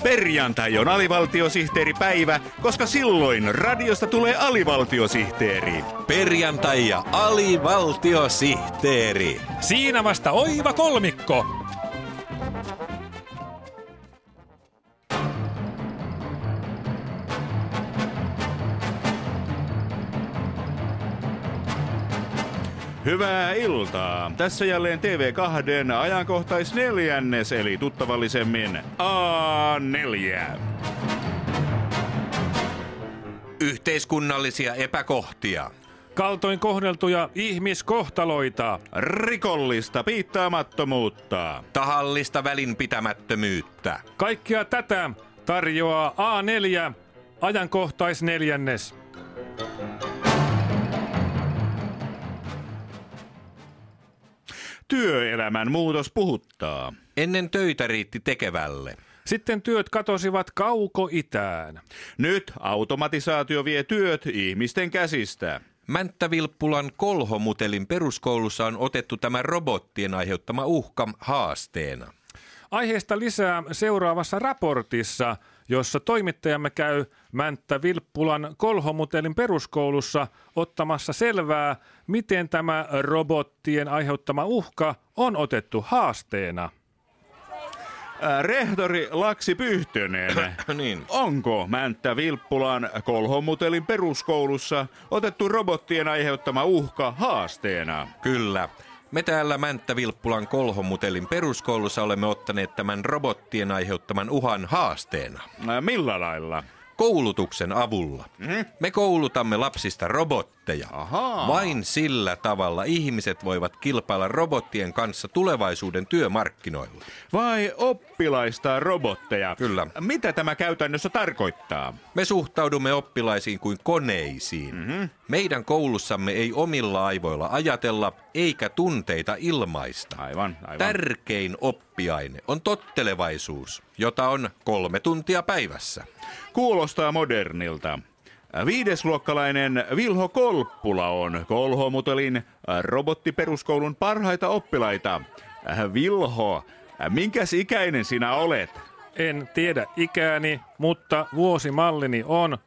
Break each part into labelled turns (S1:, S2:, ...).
S1: Perjantai on alivaltiosihteeripäivä, koska silloin radiosta tulee alivaltiosihteeri.
S2: Perjantai ja alivaltiosihteeri.
S3: Siinä vasta oiva kolmikko.
S1: Hyvää iltaa. Tässä jälleen TV2 ajankohtaisneljännes, eli tuttavallisemmin A4.
S2: Yhteiskunnallisia epäkohtia.
S3: Kaltoin kohdeltuja ihmiskohtaloita.
S1: Rikollista piittaamattomuutta.
S2: Tahallista välinpitämättömyyttä.
S3: Kaikkia tätä tarjoaa A4 ajankohtaisneljännes.
S1: Työelämän muutos puhuttaa.
S2: Ennen töitä riitti tekevälle.
S3: Sitten työt katosivat kauko-itään.
S1: Nyt automatisaatio vie työt ihmisten käsistä.
S2: Mänttä-Vilppulan Kolhomutelin peruskoulussa on otettu tämä robottien aiheuttama uhka haasteena.
S3: Aiheesta lisää seuraavassa raportissa, jossa toimittajamme käy Mänttä-Vilppulan Kolhomutelin peruskoulussa ottamassa selvää, miten tämä robottien aiheuttama uhka on otettu haasteena.
S1: Rehtori Laksi Pyhtönen,
S2: Niin.
S1: onko Mänttä-Vilppulan Kolhomutelin peruskoulussa otettu robottien aiheuttama uhka haasteena?
S2: Kyllä. Me täällä Mänttä-Vilppulan Kolhomutelin peruskoulussa olemme ottaneet tämän robottien aiheuttaman uhan haasteena.
S1: Millä lailla?
S2: Koulutuksen avulla. Me koulutamme lapsista robotteja.
S1: Ahaa.
S2: Vain sillä tavalla ihmiset voivat kilpailla robottien kanssa tulevaisuuden työmarkkinoilla.
S1: Vai oppilaista robotteja?
S2: Kyllä.
S1: Mitä tämä käytännössä tarkoittaa?
S2: Me suhtaudumme oppilaisiin kuin koneisiin. Meidän koulussamme ei omilla aivoilla ajatella eikä tunteita ilmaista.
S1: Aivan.
S2: Tärkein oppiaine on tottelevaisuus, jota on 3 tuntia päivässä.
S1: Kuulostaa modernilta. 5-luokkalainen Vilho Kolppula on Kolhomutelin robottiperuskoulun parhaita oppilaita. Vilho, minkäs ikäinen sinä olet?
S3: En tiedä ikääni, mutta vuosimallini on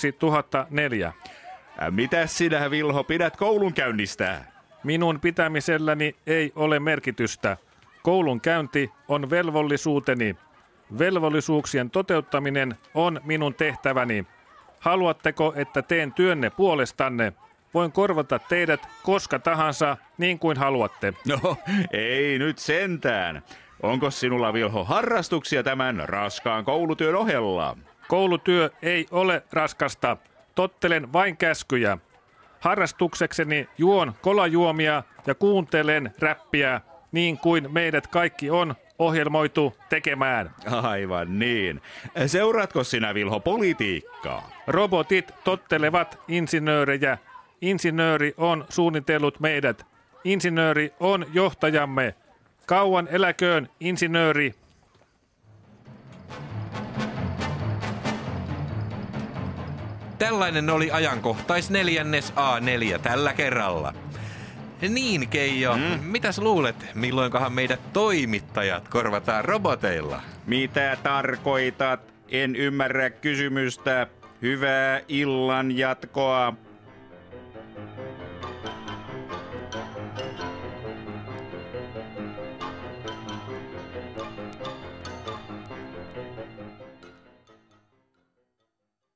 S3: 2004.
S1: Mitäs sinä, Vilho, pidät koulunkäynnistä?
S3: Minun pitämiselläni ei ole merkitystä. Koulun käynti on velvollisuuteni. Velvollisuuksien toteuttaminen on minun tehtäväni. Haluatteko, että teen työnne puolestanne? Voin korvata teidät koska tahansa niin kuin haluatte.
S1: No, ei nyt sentään. Onko sinulla, Vilho, harrastuksia tämän raskaan koulutyön ohella?
S3: Koulutyö ei ole raskasta. Tottelen vain käskyjä. Harrastuksekseni juon kolajuomia ja kuuntelen räppiä niin kuin meidät kaikki on ohjelmoitu tekemään.
S1: Aivan niin. Seuraatko sinä, Vilho, politiikkaa?
S3: Robotit tottelevat insinöörejä. Insinööri on suunnitellut meidät. Insinööri on johtajamme. Kauan eläköön insinööri.
S2: Tällainen oli ajankohtaisneljännes A4 tällä kerralla. Niin, Keijo, mitäs luulet, milloinkohan meidät toimittajat korvataan roboteilla?
S1: Mitä tarkoitat? En ymmärrä kysymystä. Hyvää illan jatkoa.